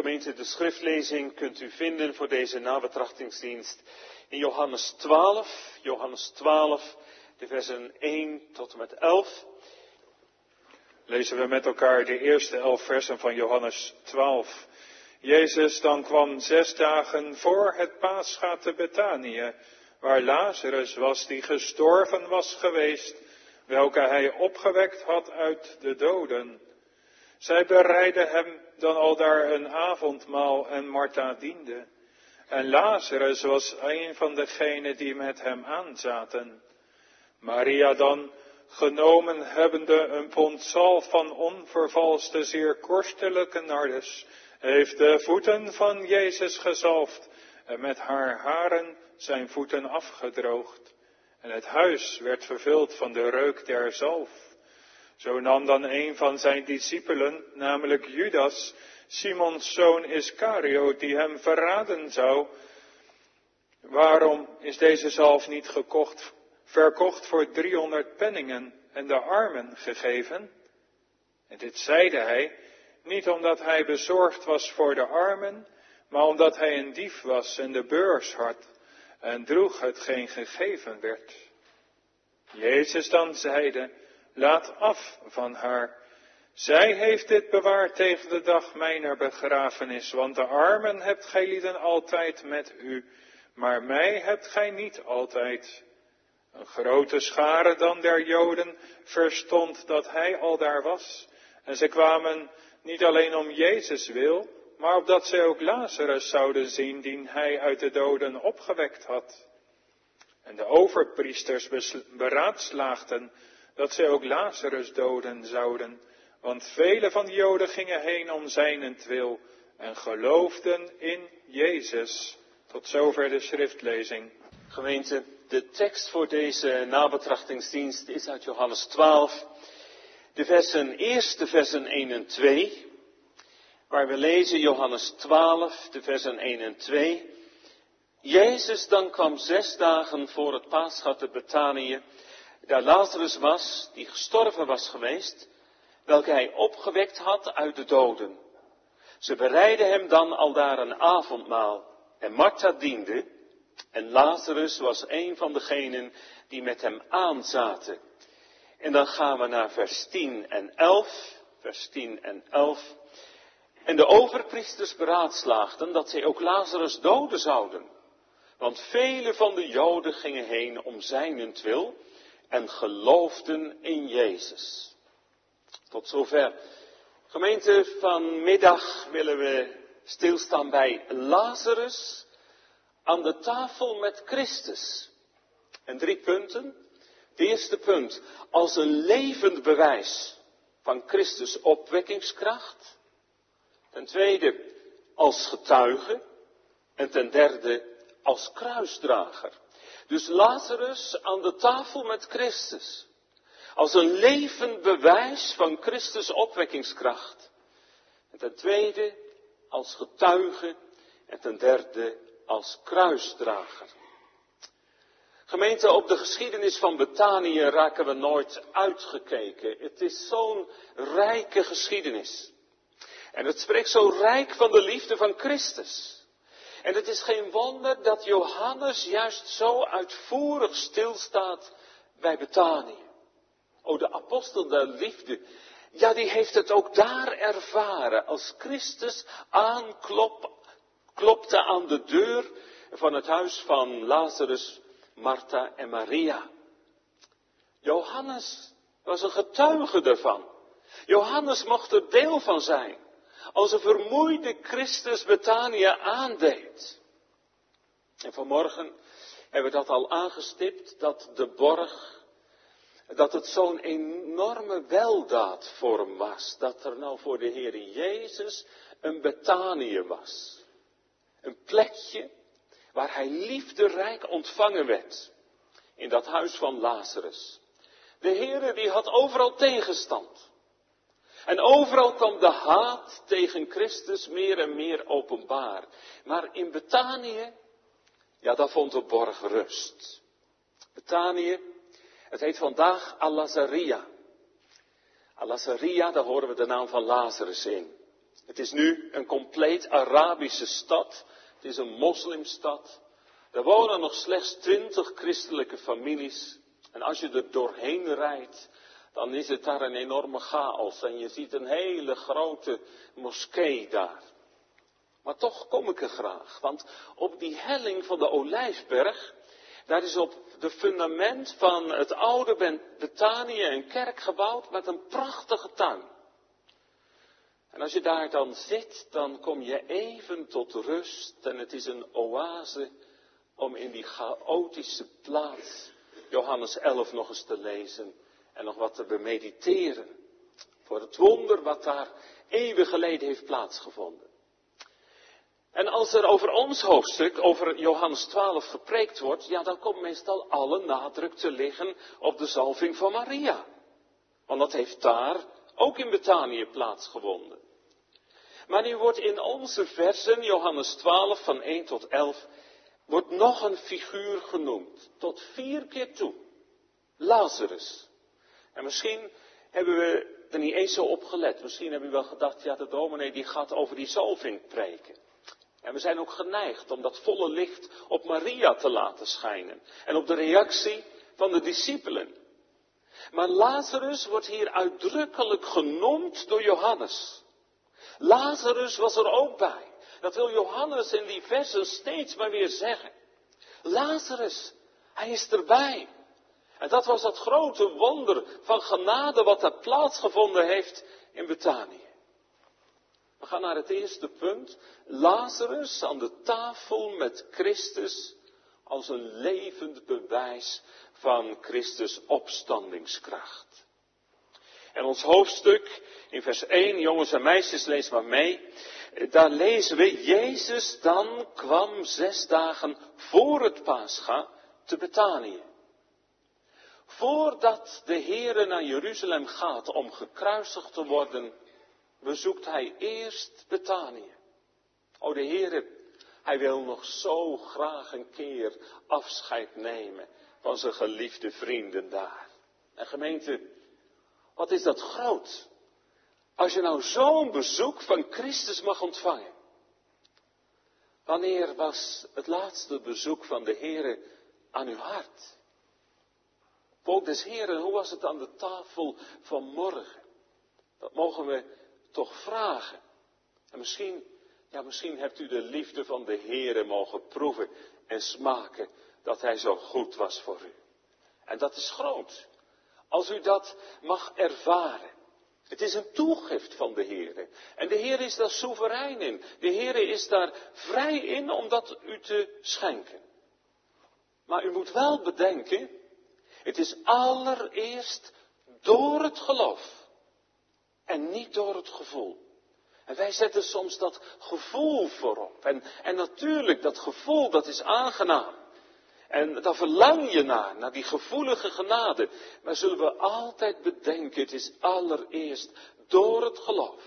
Gemeente, de schriftlezing kunt u vinden voor deze nabetrachtingsdienst in Johannes 12, de versen 1 tot en met 11. Lezen we met elkaar de eerste 11 versen van Johannes 12. Jezus dan kwam 6 dagen voor het Pascha te Betanië, waar Lazarus was die gestorven was geweest, welke hij opgewekt had uit de doden. Zij bereidden hem dan aldaar een avondmaal en Martha diende. En Lazarus was een van degenen die met hem aanzaten. Maria dan, genomen hebbende een pond zalf van onvervalste, zeer kostelijke nardus, heeft de voeten van Jezus gezalfd en met haar haren zijn voeten afgedroogd. En het huis werd vervuld van de reuk der zalf. Zo nam dan een van zijn discipelen, namelijk Judas, Simons zoon Iscariot, die hem verraden zou. Waarom is deze zalf niet verkocht voor 300 penningen en de armen gegeven? En dit zeide hij, niet omdat hij bezorgd was voor de armen, maar omdat hij een dief was en de beurs had en droeg hetgeen gegeven werd. Jezus dan zeide, laat af van haar. Zij heeft dit bewaard tegen de dag mijner begrafenis, want de armen hebt gij lieden altijd met u, maar mij hebt gij niet altijd. Een grote schare dan der Joden verstond dat hij aldaar was, en ze kwamen niet alleen om Jezus wil, maar opdat zij ook Lazarus zouden zien, die hij uit de doden opgewekt had. En de overpriesters beraadslaagden dat zij ook Lazarus doden zouden, want vele van de Joden gingen heen om zijnentwil en geloofden in Jezus. Tot zover de schriftlezing. Gemeente, de tekst voor deze nabetrachtingsdienst is uit Johannes 12, de versen 1 en 2, waar we lezen Johannes 12, de versen 1 en 2. Jezus dan kwam 6 dagen voor het Pascha te Betanië, daar Lazarus was, die gestorven was geweest, welke hij opgewekt had uit de doden. Ze bereidden hem dan aldaar een avondmaal, en Martha diende, en Lazarus was een van degenen die met hem aanzaten. En dan gaan we naar vers 10 en 11. En de overpriesters beraadslaagden dat zij ook Lazarus doden zouden. Want vele van de Joden gingen heen om zijnentwil en geloofden in Jezus. Tot zover. Gemeente, vanmiddag willen we stilstaan bij Lazarus aan de tafel met Christus. En 3 punten. Het eerste punt, als een levend bewijs van Christus' opwekkingskracht. Ten tweede, als getuige. En ten derde, als kruisdrager. Dus Lazarus aan de tafel met Christus. Als een levend bewijs van Christus' opwekkingskracht. En ten tweede, als getuige. En ten derde, als kruisdrager. Gemeente, op de geschiedenis van Betanië raken we nooit uitgekeken. Het is zo'n rijke geschiedenis. En het spreekt zo rijk van de liefde van Christus. En het is geen wonder dat Johannes juist zo uitvoerig stilstaat bij Betanië. O, de apostel der liefde, ja, die heeft het ook daar ervaren. Als Christus klopte aan de deur van het huis van Lazarus, Martha en Maria. Johannes was een getuige daarvan. Johannes mocht er deel van zijn. Als een vermoeide Christus Betanië aandeed. En vanmorgen hebben we dat al aangestipt, dat de borg, dat het zo'n enorme weldaad voor hem was. Dat er nou voor de Heer Jezus een Betanië was. Een plekje waar hij liefderijk ontvangen werd. In dat huis van Lazarus. De Heer die had overal tegenstand. En overal kwam de haat tegen Christus meer en meer openbaar. Maar in Betanië, ja, daar vond de borg rust. Betanië, het heet vandaag Al-Lazaria. Al-Lazaria, daar horen we de naam van Lazarus in. Het is nu een compleet Arabische stad. Het is een moslimstad. Er wonen nog slechts 20 christelijke families. En als je er doorheen rijdt, dan is het daar een enorme chaos. En je ziet een hele grote moskee daar. Maar toch kom ik er graag. Want op die helling van de Olijfberg, daar is op de fundament van het oude Betanië een kerk gebouwd met een prachtige tuin. En als je daar dan zit, dan kom je even tot rust. En het is een oase om in die chaotische plaats Johannes 11 nog eens te lezen en nog wat te bemediteren. Voor het wonder wat daar eeuwen geleden heeft plaatsgevonden. En als er over ons hoofdstuk, over Johannes 12 gepreekt wordt, ja, dan komt meestal alle nadruk te liggen op de zalving van Maria. Want dat heeft daar ook in Betanië plaatsgevonden. Maar nu wordt in onze versen, Johannes 12 van 1 tot 11, wordt nog een figuur genoemd, tot 4 keer toe. Lazarus. En misschien hebben we er niet eens zo op gelet. Misschien hebben we wel gedacht, ja, de dominee die gaat over die zalving preken. En we zijn ook geneigd om dat volle licht op Maria te laten schijnen. En op de reactie van de discipelen. Maar Lazarus wordt hier uitdrukkelijk genoemd door Johannes. Lazarus was er ook bij. Dat wil Johannes in die versen steeds maar weer zeggen. Lazarus, hij is erbij. En dat was dat grote wonder van genade wat er plaatsgevonden heeft in Betanië. We gaan naar het eerste punt. Lazarus aan de tafel met Christus als een levend bewijs van Christus opstandingskracht. En ons hoofdstuk in vers 1, jongens en meisjes, lees maar mee. Daar lezen we, Jezus dan kwam 6 dagen voor het Pascha te Betanië. Voordat de Heere naar Jeruzalem gaat om gekruisigd te worden, bezoekt hij eerst Betanië. O, de Heere, hij wil nog zo graag een keer afscheid nemen van zijn geliefde vrienden daar. En gemeente, wat is dat groot, als je nou zo'n bezoek van Christus mag ontvangen. Wanneer was het laatste bezoek van de Heere aan uw hart? Volk des Heeren, hoe was het aan de tafel van morgen? Dat mogen we toch vragen. En misschien hebt u de liefde van de Heere mogen proeven en smaken dat hij zo goed was voor u. En dat is groot. Als u dat mag ervaren. Het is een toegift van de Heere. En de Heere is daar soeverein in. De Heere is daar vrij in om dat u te schenken. Maar u moet wel bedenken, het is allereerst door het geloof. En niet door het gevoel. En wij zetten soms dat gevoel voorop. En natuurlijk, dat gevoel, dat is aangenaam. En daar verlang je naar die gevoelige genade. Maar zullen we altijd bedenken, het is allereerst door het geloof.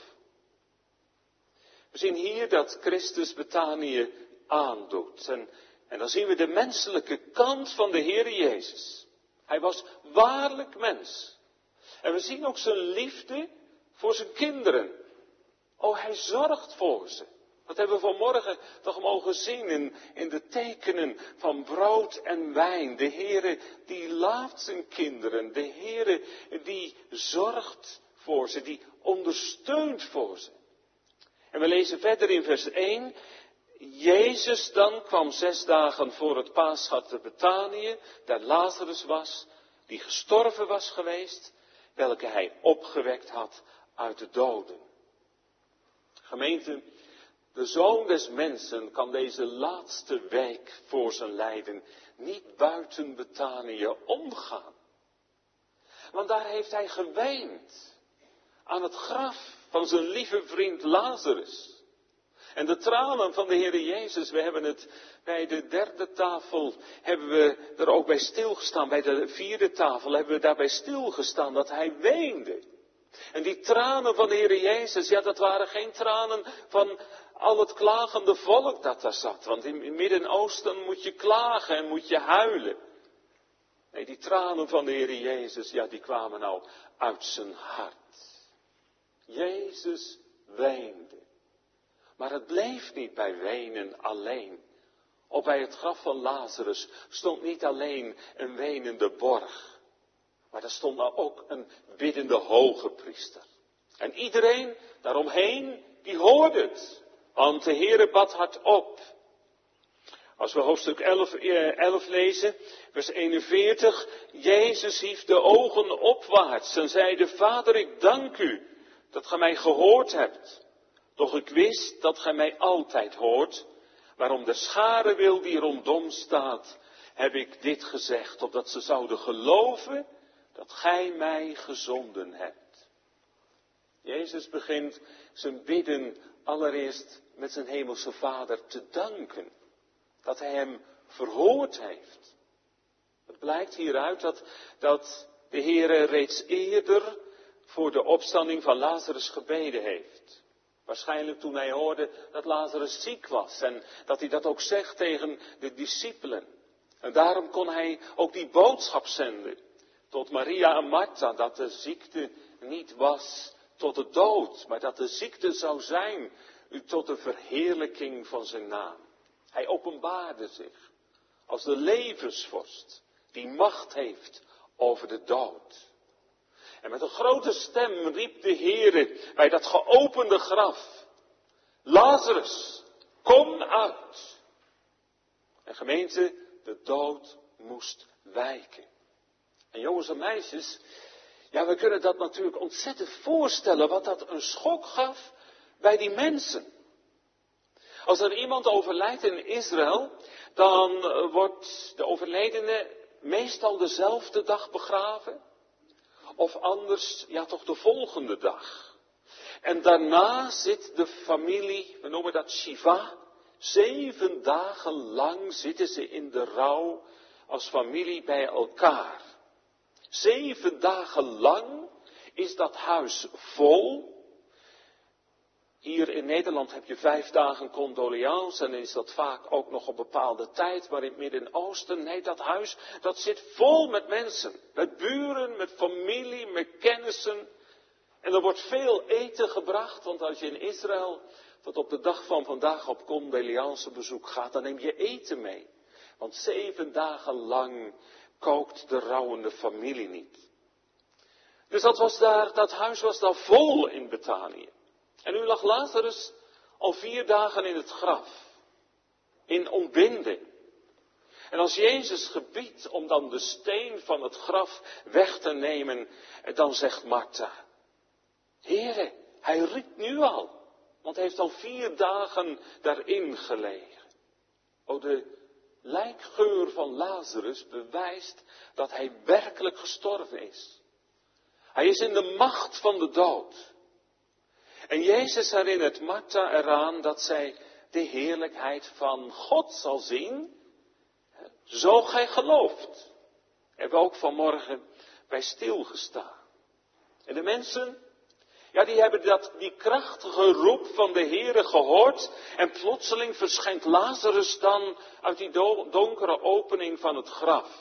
We zien hier dat Christus Betanië aandoet. En dan zien we de menselijke kant van de Heere Jezus. Hij was waarlijk mens. En we zien ook zijn liefde voor zijn kinderen. Oh, hij zorgt voor ze. Dat hebben we vanmorgen toch mogen zien in de tekenen van brood en wijn. De Heere die laaft zijn kinderen. De Heere die zorgt voor ze, die ondersteunt voor ze. En we lezen verder in vers 1. Jezus dan kwam 6 dagen voor het Pascha te Betanië, daar Lazarus was, die gestorven was geweest, welke hij opgewekt had uit de doden. Gemeente, de Zoon des Mensen kan deze laatste week voor zijn lijden niet buiten Betanië omgaan. Want daar heeft hij geweend aan het graf van zijn lieve vriend Lazarus. En de tranen van de Heere Jezus, we hebben het bij de 3e tafel, hebben we er ook bij stilgestaan. Bij de 4e tafel hebben we daarbij stilgestaan dat hij weende. En die tranen van de Heere Jezus, ja, dat waren geen tranen van al het klagende volk dat daar zat. Want in het Midden-Oosten moet je klagen en moet je huilen. Nee, die tranen van de Heere Jezus, ja, die kwamen nou uit zijn hart. Jezus weende. Maar het bleef niet bij wenen alleen. Op bij het graf van Lazarus stond niet alleen een wenende borg. Maar daar stond nou ook een biddende hoge priester. En iedereen daaromheen, die hoorde het. Want de Heere bad hardop. Als we hoofdstuk 11 lezen, vers 41. Jezus hief de ogen opwaarts en zeide, Vader, ik dank u dat gij mij gehoord hebt. Doch ik wist dat gij mij altijd hoort. Maar om de schare wil die rondom staat, heb ik dit gezegd, opdat ze zouden geloven dat gij mij gezonden hebt. Jezus begint zijn bidden allereerst met zijn hemelse Vader te danken. Dat hij hem verhoord heeft. Het blijkt hieruit dat de Heere reeds eerder voor de opstanding van Lazarus gebeden heeft. Waarschijnlijk toen hij hoorde dat Lazarus ziek was en dat hij dat ook zegt tegen de discipelen. En daarom kon hij ook die boodschap zenden tot Maria en Martha, dat de ziekte niet was tot de dood, maar dat de ziekte zou zijn tot de verheerlijking van zijn naam. Hij openbaarde zich als de levensvorst die macht heeft over de dood. En met een grote stem riep de Heere bij dat geopende graf, Lazarus, kom uit. En gemeente, de dood moest wijken. En jongens en meisjes, ja, we kunnen dat natuurlijk ontzettend voorstellen, wat dat een schok gaf bij die mensen. Als er iemand overlijdt in Israël, dan wordt de overledene meestal dezelfde dag begraven. Of anders, ja toch de volgende dag. En daarna zit de familie, we noemen dat Shiva, 7 dagen lang zitten ze in de rouw als familie bij elkaar. 7 dagen lang is dat huis vol. Hier in Nederland heb je 5 dagen condoleance en dan is dat vaak ook nog op bepaalde tijd. Maar in het Midden-Oosten, nee, dat huis, dat zit vol met mensen. Met buren, met familie, met kennissen. En er wordt veel eten gebracht, want als je in Israël tot op de dag van vandaag op condoleance bezoek gaat, dan neem je eten mee. Want 7 dagen lang kookt de rouwende familie niet. Dus dat huis was daar vol in Betanië. En nu lag Lazarus al 4 dagen in het graf. In ontbinding. En als Jezus gebiedt om dan de steen van het graf weg te nemen, dan zegt Martha, Heere, hij riekt nu al. Want hij heeft al 4 dagen daarin gelegen. O, de lijkgeur van Lazarus bewijst dat hij werkelijk gestorven is. Hij is in de macht van de dood. En Jezus herinnert Martha eraan dat zij de heerlijkheid van God zal zien, zo gij gelooft. Hebben we ook vanmorgen bij stilgestaan. En de mensen, ja, die hebben die krachtige roep van de Heere gehoord en plotseling verschijnt Lazarus dan uit die donkere opening van het graf.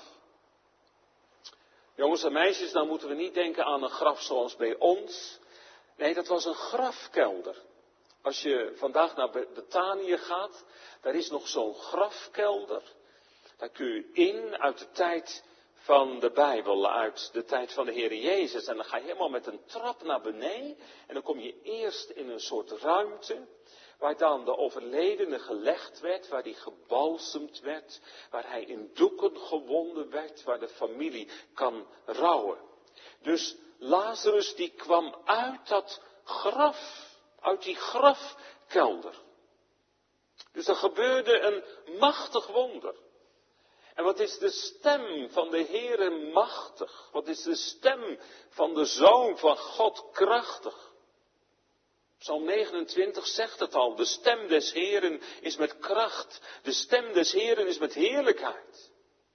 Jongens en meisjes, dan moeten we niet denken aan een graf zoals bij ons. Nee, dat was een grafkelder. Als je vandaag naar Betanië gaat, daar is nog zo'n grafkelder. Daar kun je in uit de tijd van de Bijbel, uit de tijd van de Heer Jezus. En dan ga je helemaal met een trap naar beneden. En dan kom je eerst in een soort ruimte, waar dan de overledene gelegd werd, waar die gebalsemd werd, waar hij in doeken gewonden werd, waar de familie kan rouwen. Dus Lazarus die kwam uit dat graf, uit die grafkelder. Dus er gebeurde een machtig wonder. En wat is de stem van de Heere machtig? Wat is de stem van de Zoon van God krachtig? Psalm 29 zegt het al, de stem des Heeren is met kracht, de stem des Heeren is met heerlijkheid.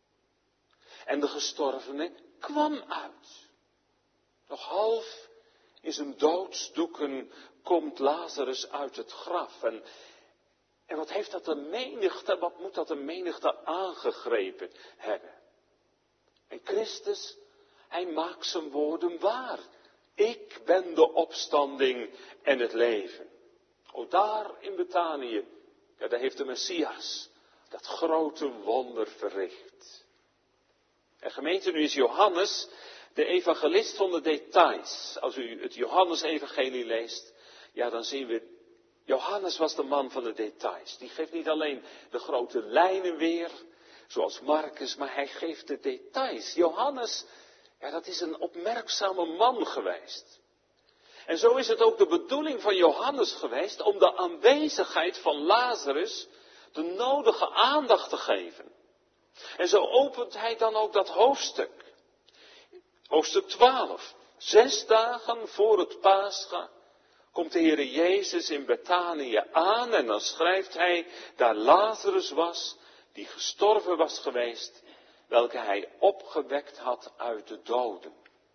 En de gestorvene kwam uit. Nog half in zijn doodsdoeken komt Lazarus uit het graf. En wat heeft dat de menigte, wat moet dat de menigte aangegrepen hebben? En Christus, hij maakt zijn woorden waar. Ik ben de opstanding en het leven. O, daar in Betanië, ja, daar heeft de Messias dat grote wonder verricht. En gemeente, nu is Johannes de evangelist van de details. Als u het Johannes-evangelie leest, ja, dan zien we, Johannes was de man van de details. Die geeft niet alleen de grote lijnen weer, zoals Marcus, maar hij geeft de details. Johannes, ja, dat is een opmerkzame man geweest. En zo is het ook de bedoeling van Johannes geweest om de aanwezigheid van Lazarus de nodige aandacht te geven. En zo opent hij dan ook dat hoofdstuk. Hoofdstuk 12. 6 dagen voor het Pascha komt de Heere Jezus in Betanië aan en dan schrijft hij, daar Lazarus was, die gestorven was geweest, welke hij opgewekt had uit de doden.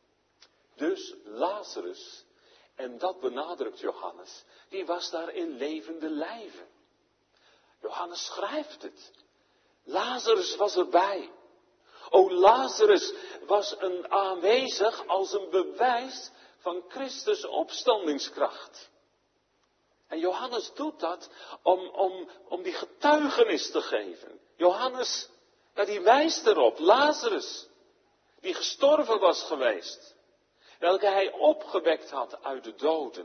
Dus Lazarus, en dat benadrukt Johannes, die was daar in levende lijven. Johannes schrijft het. Lazarus was erbij. O, Lazarus was aanwezig als een bewijs van Christus opstandingskracht. En Johannes doet dat om die getuigenis te geven. Johannes, ja, die wijst erop, Lazarus, die gestorven was geweest, welke hij opgewekt had uit de doden.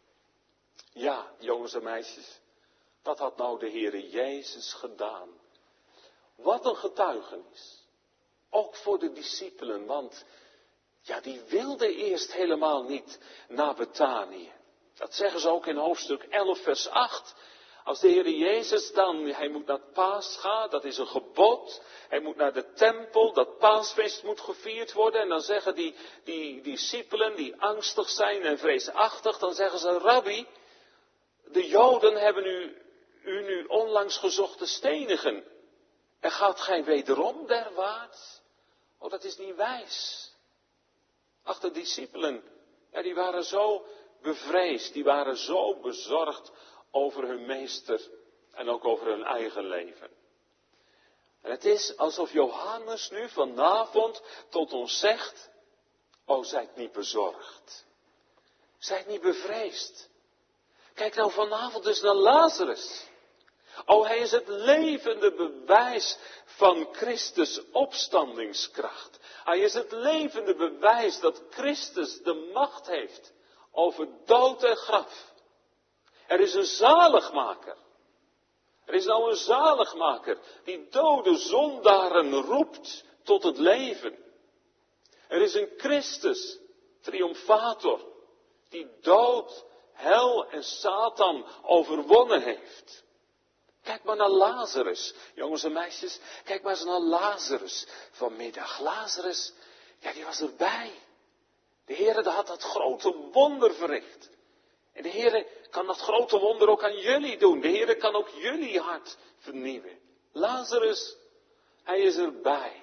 Ja, jongens en meisjes, wat had nou de Heere Jezus gedaan? Wat een getuigenis. Ook voor de discipelen, want ja, die wilden eerst helemaal niet naar Betanië. Dat zeggen ze ook in hoofdstuk 11 vers 8. Als de Heere Jezus dan, hij moet naar het Pascha, dat is een gebod. Hij moet naar de tempel, dat paasfeest moet gevierd worden. En dan zeggen die discipelen die angstig zijn en vreesachtig, dan zeggen ze, Rabbi, de Joden hebben u nu onlangs gezocht te stenigen. En gaat gij wederom derwaarts? Oh, dat is niet wijs. Ach, de discipelen, ja, die waren zo bevreesd, die waren zo bezorgd over hun meester en ook over hun eigen leven. En het is alsof Johannes nu vanavond tot ons zegt, oh, zijt niet bezorgd. Zijt niet bevreesd. Kijk nou vanavond dus naar Lazarus. Oh, hij is het levende bewijs van Christus opstandingskracht. Hij is het levende bewijs dat Christus de macht heeft over dood en graf. Er is een zaligmaker. Er is nou een zaligmaker die dode zondaren roept tot het leven. Er is een Christus, triomfator, die dood, hel en Satan overwonnen heeft. Kijk maar naar Lazarus, jongens en meisjes, kijk maar eens naar Lazarus vanmiddag. Lazarus, ja, die was erbij. De Heere had dat grote wonder verricht. En de Heere kan dat grote wonder ook aan jullie doen. De Heere kan ook jullie hart vernieuwen. Lazarus, hij is erbij.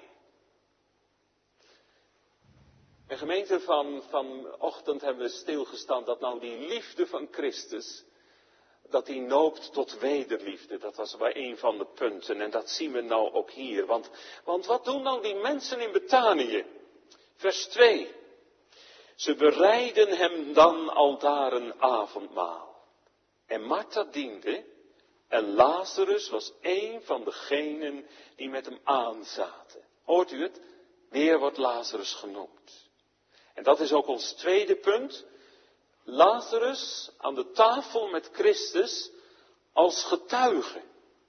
En gemeente, vanochtend hebben we stilgestaan dat nou die liefde van Christus, dat die noopt tot wederliefde. Dat was maar een van de punten. En dat zien we nou ook hier. Want wat doen nou die mensen in Betanië? Vers 2. Ze bereiden hem dan aldaar een avondmaal. En Martha diende. En Lazarus was een van degenen die met hem aanzaten. Hoort u het? Weer wordt Lazarus genoemd. En dat is ook ons tweede punt. Lazarus aan de tafel met Christus als getuige.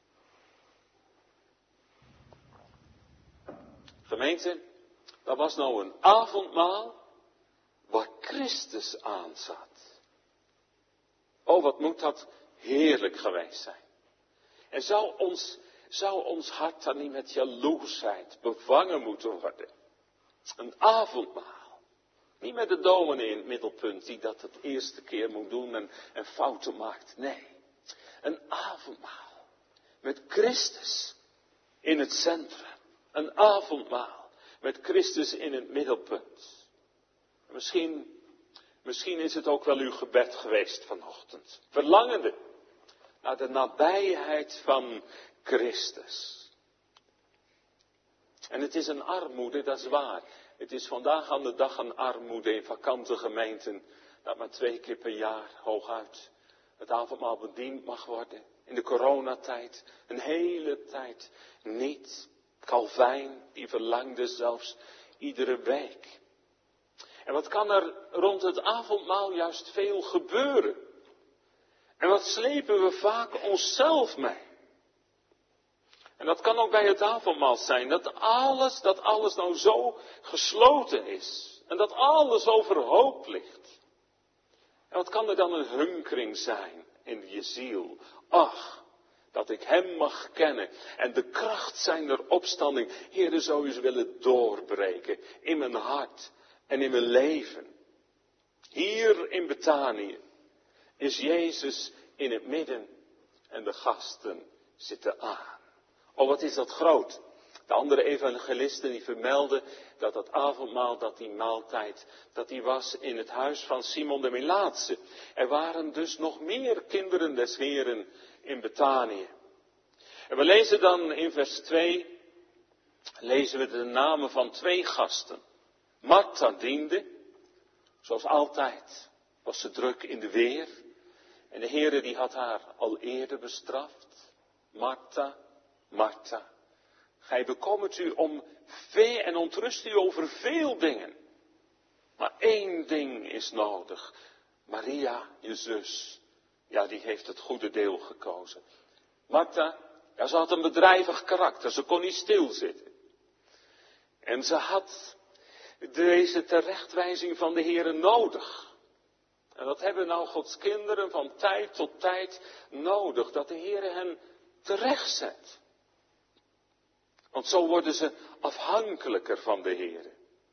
Gemeente, dat was nou een avondmaal waar Christus aan zat. Oh, wat moet dat heerlijk geweest zijn. En zou ons hart dan niet met jaloersheid bevangen moeten worden? Een avondmaal. Niet met de dominee in het middelpunt die dat het eerste keer moet doen en fouten maakt. Nee, een avondmaal met Christus in het centrum. Een avondmaal met Christus in het middelpunt. Misschien is het ook wel uw gebed geweest vanochtend. Verlangende naar de nabijheid van Christus. En het is een armoede, dat is waar. Het is vandaag aan de dag een armoede in vakante gemeenten, dat maar 2 keer per jaar hooguit het avondmaal bediend mag worden. In de coronatijd, een hele tijd niet. Calvijn, die verlangde zelfs iedere week. En wat kan er rond het avondmaal juist veel gebeuren? En wat slepen we vaak onszelf mee? En dat kan ook bij het avondmaal zijn, dat alles nou zo gesloten is. En dat alles overhoop ligt. En wat kan er dan een hunkering zijn in je ziel? Ach, dat ik hem mag kennen en de kracht zijner opstanding, Heere, zou eens willen doorbreken in mijn hart en in mijn leven. Hier in Betanië is Jezus in het midden en de gasten zitten aan. Oh, wat is dat groot. De andere evangelisten die vermelden dat dat avondmaal, dat die maaltijd, dat die was in het huis van Simon de Melaatse. Er waren dus nog meer kinderen des Heren in Betanië. En we lezen dan in vers 2, lezen we de namen van 2 gasten. Martha diende, zoals altijd was ze druk in de weer. En de Heere die had haar al eerder bestraft. Martha, Martha, gij bekommert u om veel en ontrust u over veel dingen. Maar 1 ding is nodig. Maria, je zus, ja, die heeft het goede deel gekozen. Martha, ja, ze had een bedrijvig karakter, ze kon niet stilzitten. En ze had deze terechtwijzing van de Heere nodig. En dat hebben nou Gods kinderen van tijd tot tijd nodig, dat de Heere hen terechtzet. Want zo worden ze afhankelijker van de Heere.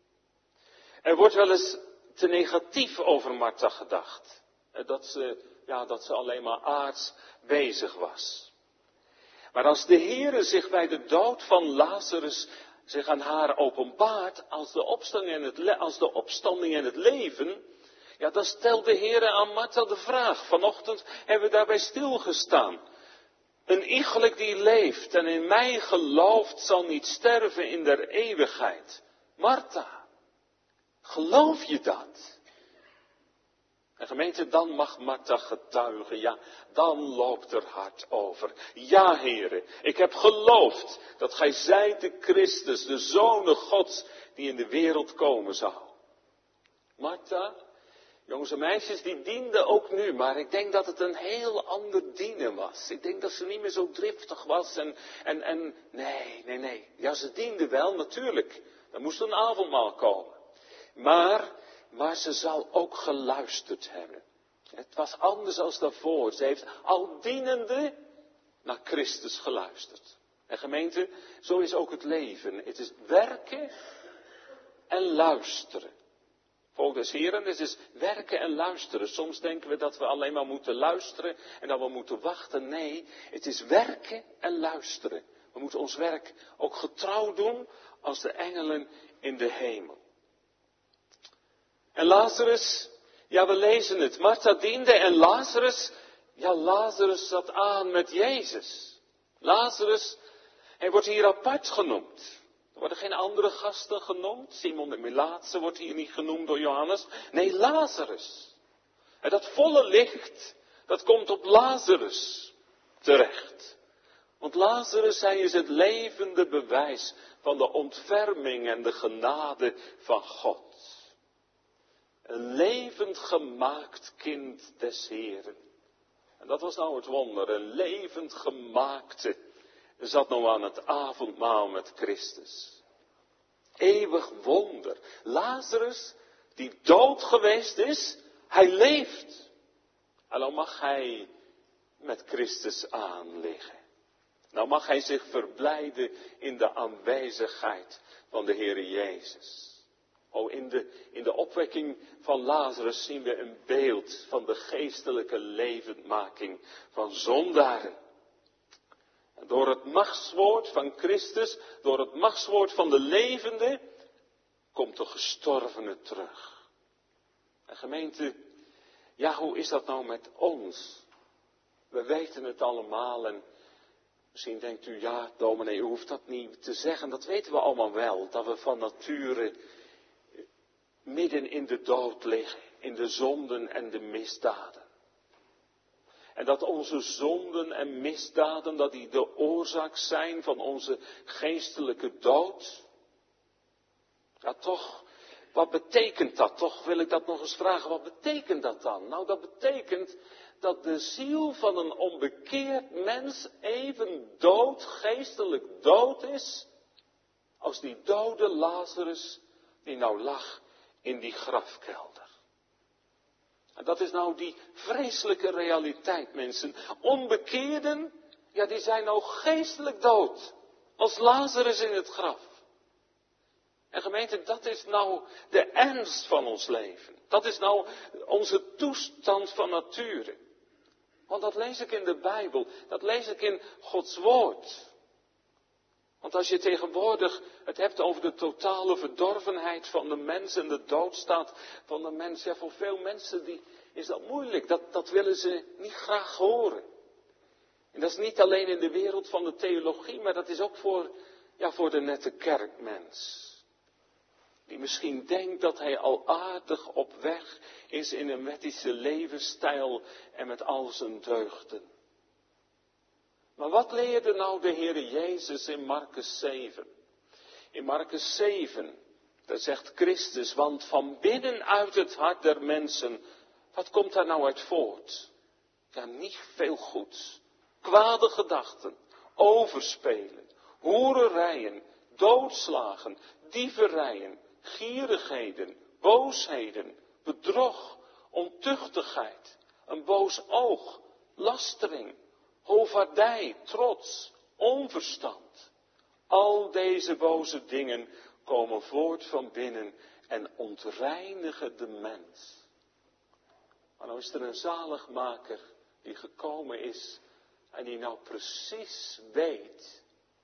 Er wordt wel eens te negatief over Martha gedacht. Dat ze alleen maar aards bezig was. Maar als de Heere zich bij de dood van Lazarus zich aan haar openbaart als de opstanding en het leven, ja, dan stelt de Heere aan Martha de vraag. Vanochtend hebben we daarbij stilgestaan. Een iegelijk die leeft en in mij gelooft zal niet sterven in der eeuwigheid. Martha, geloof je dat? En gemeente, dan mag Martha getuigen, ja, dan loopt er hart over. Ja, Heere, ik heb geloofd dat gij zijt de Christus, de Zoon Gods, die in de wereld komen zou. Martha, jongens en meisjes, die dienden ook nu, maar ik denk dat het een heel ander dienen was. Ik denk dat ze niet meer zo driftig was nee. Ja, ze diende wel, natuurlijk. Er moest een avondmaal komen. Maar ze zal ook geluisterd hebben. Het was anders als daarvoor. Ze heeft al dienende naar Christus geluisterd. En gemeente, zo is ook het leven. Het is werken en luisteren. Volk des Heren, het is werken en luisteren. Soms denken we dat we alleen maar moeten luisteren en dat we moeten wachten. Nee, het is werken en luisteren. We moeten ons werk ook getrouw doen als de engelen in de hemel. En Lazarus, ja, we lezen het. Martha diende en Lazarus zat aan met Jezus. Lazarus, hij wordt hier apart genoemd. Er worden geen andere gasten genoemd. Simon de Melaatse wordt hier niet genoemd door Johannes. Nee, Lazarus. En dat volle licht, dat komt op Lazarus terecht. Want Lazarus, hij is het levende bewijs van de ontferming en de genade van God. Een levend gemaakt kind des Heren. En dat was nou het wonder. Een levend gemaakte zat nou aan het avondmaal met Christus. Eeuwig wonder. Lazarus, die dood geweest is, hij leeft. En dan mag hij met Christus aanliggen. Nou mag hij zich verblijden in de aanwezigheid van de Heere Jezus. Oh, in de opwekking van Lazarus zien we een beeld van de geestelijke levendmaking van zondaren. En door het machtswoord van Christus, door het machtswoord van de levende, komt de gestorvene terug. En gemeente, ja, hoe is dat nou met ons? We weten het allemaal en misschien denkt u, ja, dominee, u hoeft dat niet te zeggen. Dat weten we allemaal wel, dat we van nature midden in de dood liggen, in de zonden en de misdaden. En dat onze zonden en misdaden, dat die de oorzaak zijn van onze geestelijke dood. Ja, toch, wat betekent dat? Toch wil ik dat nog eens vragen, wat betekent dat dan? Nou, dat betekent dat de ziel van een onbekeerd mens even dood, geestelijk dood is, als die dode Lazarus die nou lag in die grafkelder. En dat is nou die vreselijke realiteit, mensen. Onbekeerden, ja, die zijn nou geestelijk dood, als Lazarus in het graf. En gemeente, dat is nou de ernst van ons leven. Dat is nou onze toestand van nature. Want dat lees ik in de Bijbel, dat lees ik in Gods woord. Want als je tegenwoordig het hebt over de totale verdorvenheid van de mens en de doodstaat van de mens, ja, voor veel mensen is dat moeilijk. Dat willen ze niet graag horen. En dat is niet alleen in de wereld van de theologie, maar dat is ook voor de nette kerkmens. Die misschien denkt dat hij al aardig op weg is in een wettische levensstijl en met al zijn deugden. Maar wat leerde nou de Heer Jezus in Markus 7? In Markus 7, daar zegt Christus, want van binnenuit het hart der mensen, wat komt daar nou uit voort? Ja, niet veel goeds. Kwade gedachten, overspelen, hoererijen, doodslagen, dieverijen, gierigheden, boosheden, bedrog, ontuchtigheid, een boos oog, lastering, hovaardij, trots, onverstand. Al deze boze dingen komen voort van binnen en ontreinigen de mens. Maar nou is er een zaligmaker die gekomen is en die nou precies weet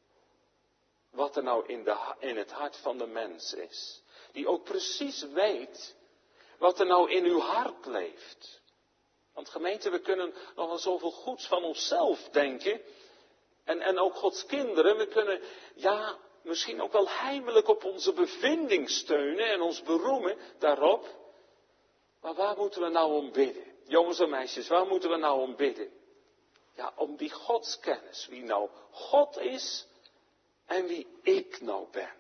wat er nou in het hart van de mens is. Die ook precies weet wat er nou in uw hart leeft. Want gemeente, we kunnen nog wel zoveel goeds van onszelf denken. En ook Gods kinderen, we kunnen, ja, misschien ook wel heimelijk op onze bevinding steunen en ons beroemen daarop. Maar waar moeten we nou om bidden? Jongens en meisjes, waar moeten we nou om bidden? Ja, om die godskennis, wie nou God is en wie ik nou ben.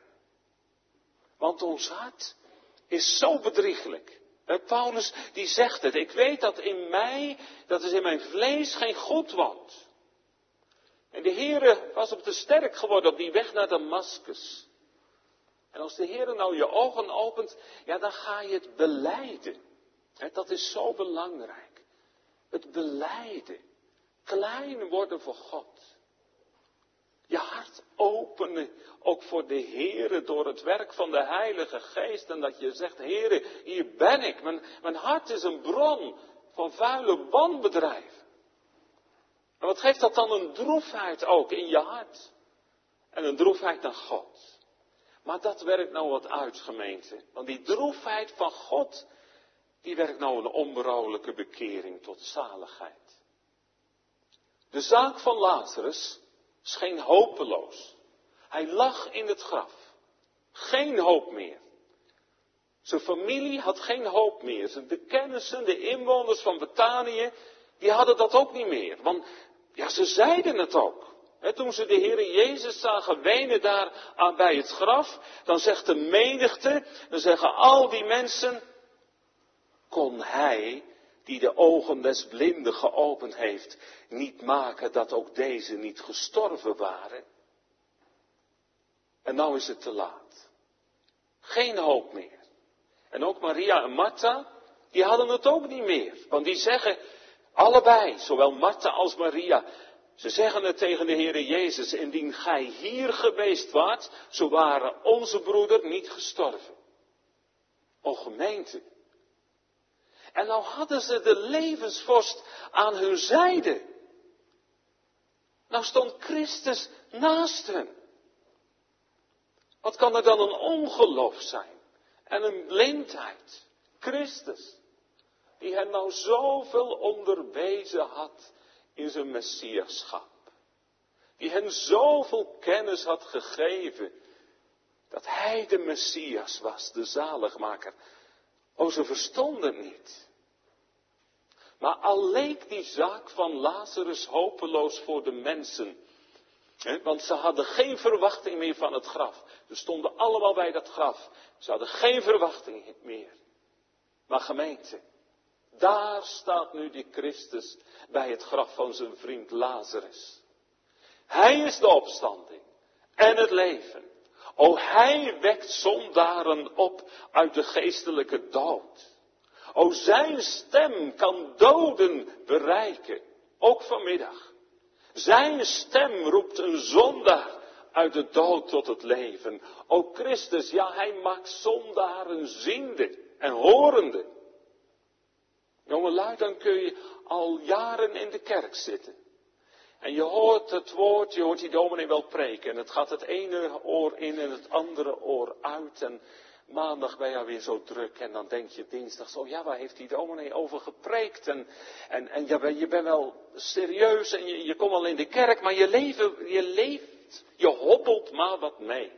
Want ons hart is zo bedrieglijk. Paulus die zegt het, ik weet dat in mij, dat is in mijn vlees, geen God woont. En de Heere was op de sterk geworden op die weg naar Damaskus. En als de Heere nou je ogen opent, ja, dan ga je het belijden. Dat is zo belangrijk. Het belijden. Klein worden voor God. Je hart openen, ook voor de Heere, door het werk van de Heilige Geest. En dat je zegt, Heere, hier ben ik. Mijn hart is een bron van vuile wanbedrijven. En wat geeft dat dan een droefheid ook in je hart? En een droefheid naar God. Maar dat werkt nou wat uit, gemeente. Want die droefheid van God, die werkt nou een onberouwelijke bekering tot zaligheid. De zaak van Lazarus scheen hopeloos. Hij lag in het graf. Geen hoop meer. Zijn familie had geen hoop meer. De kennissen, de inwoners van Betanië, die hadden dat ook niet meer. Want ja, ze zeiden het ook. Toen ze de Heere Jezus zagen wenen daar bij het graf, dan zegt de menigte, dan zeggen al die mensen, kon hij, die de ogen des blinden geopend heeft, niet maken dat ook deze niet gestorven waren? En nou is het te laat. Geen hoop meer. En ook Maria en Martha, die hadden het ook niet meer. Want die zeggen, allebei, zowel Martha als Maria, ze zeggen het tegen de Heere Jezus, indien gij hier geweest waart, zo waren onze broeder niet gestorven. O gemeente. En nou hadden ze de levensvorst aan hun zijde. Nou stond Christus naast hen. Wat kan er dan een ongeloof zijn? En een blindheid. Christus, die hen nou zoveel onderwezen had in zijn messiaschap. Die hen zoveel kennis had gegeven. Dat hij de Messias was, de zaligmaker. O, ze verstonden het niet. Maar al leek die zaak van Lazarus hopeloos voor de mensen. Want ze hadden geen verwachting meer van het graf. Ze stonden allemaal bij dat graf. Ze hadden geen verwachting meer. Maar gemeente, daar staat nu die Christus bij het graf van zijn vriend Lazarus. Hij is de opstanding en het leven. O, hij wekt zondaren op uit de geestelijke dood. O, zijn stem kan doden bereiken, ook vanmiddag. Zijn stem roept een zondaar uit de dood tot het leven. O Christus, ja, hij maakt zondaren ziende en horende. Jongelui, dan kun je al jaren in de kerk zitten. En je hoort het woord, je hoort die dominee wel preken. En het gaat het ene oor in en het andere oor uit. En maandag ben je weer zo druk. En dan denk je dinsdag zo, ja, waar heeft die dominee over gepreekt? En je bent wel serieus en je komt al in de kerk. Maar je leeft, je hobbelt maar wat mee.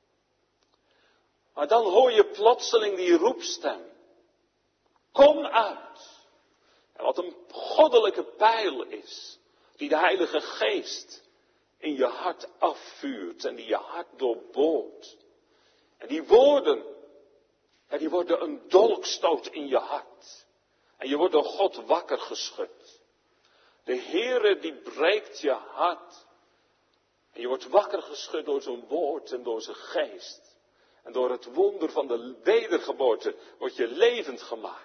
Maar dan hoor je plotseling die roepstem. Kom uit. En wat een goddelijke pijl is. Die de Heilige Geest in je hart afvuurt en die je hart doorboort. En die woorden, die worden een dolkstoot in je hart. En je wordt door God wakker geschud. De Heere die breekt je hart. En je wordt wakker geschud door zijn woord en door zijn geest. En door het wonder van de wedergeboorte word je levend gemaakt.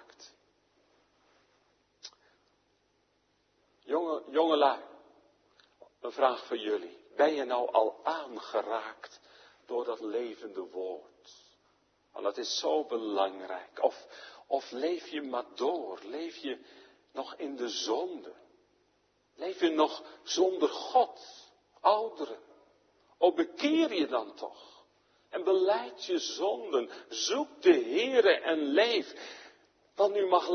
Jongelui, een vraag voor jullie. Ben je nou al aangeraakt door dat levende woord? Want dat is zo belangrijk. Of leef je maar door? Leef je nog in de zonde? Leef je nog zonder God? Ouderen? O, bekeer je dan toch? En belijd je zonden. Zoek de Heere en leef. Want nu mag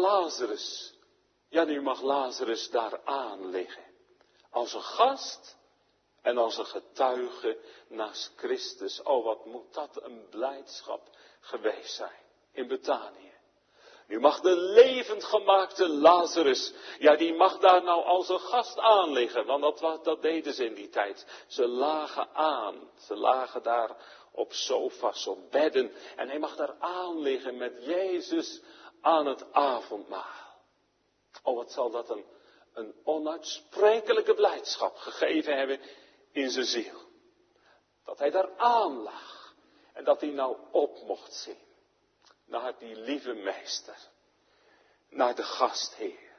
Lazarus daar aan liggen. Als een gast en als een getuige naast Christus. Oh, wat moet dat een blijdschap geweest zijn in Betanië. Nu mag de levend gemaakte Lazarus, ja, die mag daar nou als een gast aan liggen. Want dat deden ze in die tijd. Ze lagen aan. Ze lagen daar op sofa's, op bedden. En hij mag daar aan liggen met Jezus aan het avondmaal. Oh, wat zal dat een onuitsprekelijke blijdschap gegeven hebben in zijn ziel. Dat hij daar aan lag. En dat hij nou op mocht zien. Naar die lieve meester. Naar de gastheer.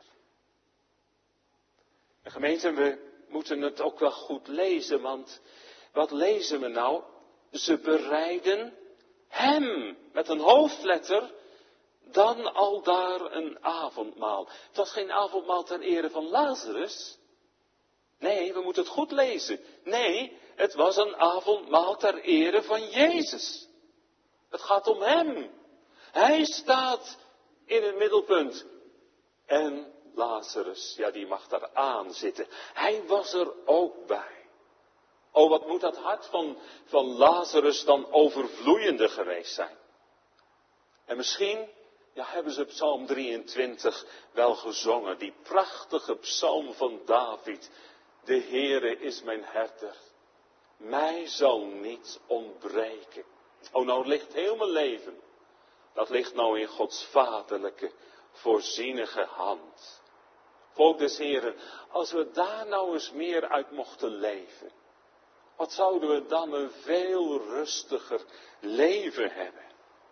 En gemeente, we moeten het ook wel goed lezen. Want wat lezen we nou? Ze bereiden hem met een hoofdletter. Dan al daar een avondmaal. Het was geen avondmaal ter ere van Lazarus. Nee, we moeten het goed lezen. Nee, het was een avondmaal ter ere van Jezus. Het gaat om hem. Hij staat in het middelpunt. En Lazarus, ja, die mag daar aan zitten. Hij was er ook bij. Oh, wat moet dat hart van Lazarus dan overvloeiende geweest zijn. En misschien, ja, hebben ze Psalm 23 wel gezongen. Die prachtige psalm van David. De Heere is mijn herder. Mij zal niets ontbreken. Oh, nou ligt heel mijn leven. Dat ligt nou in Gods vaderlijke, voorzienige hand. Volk des Heeren, als we daar nou eens meer uit mochten leven. Wat zouden we dan een veel rustiger leven hebben.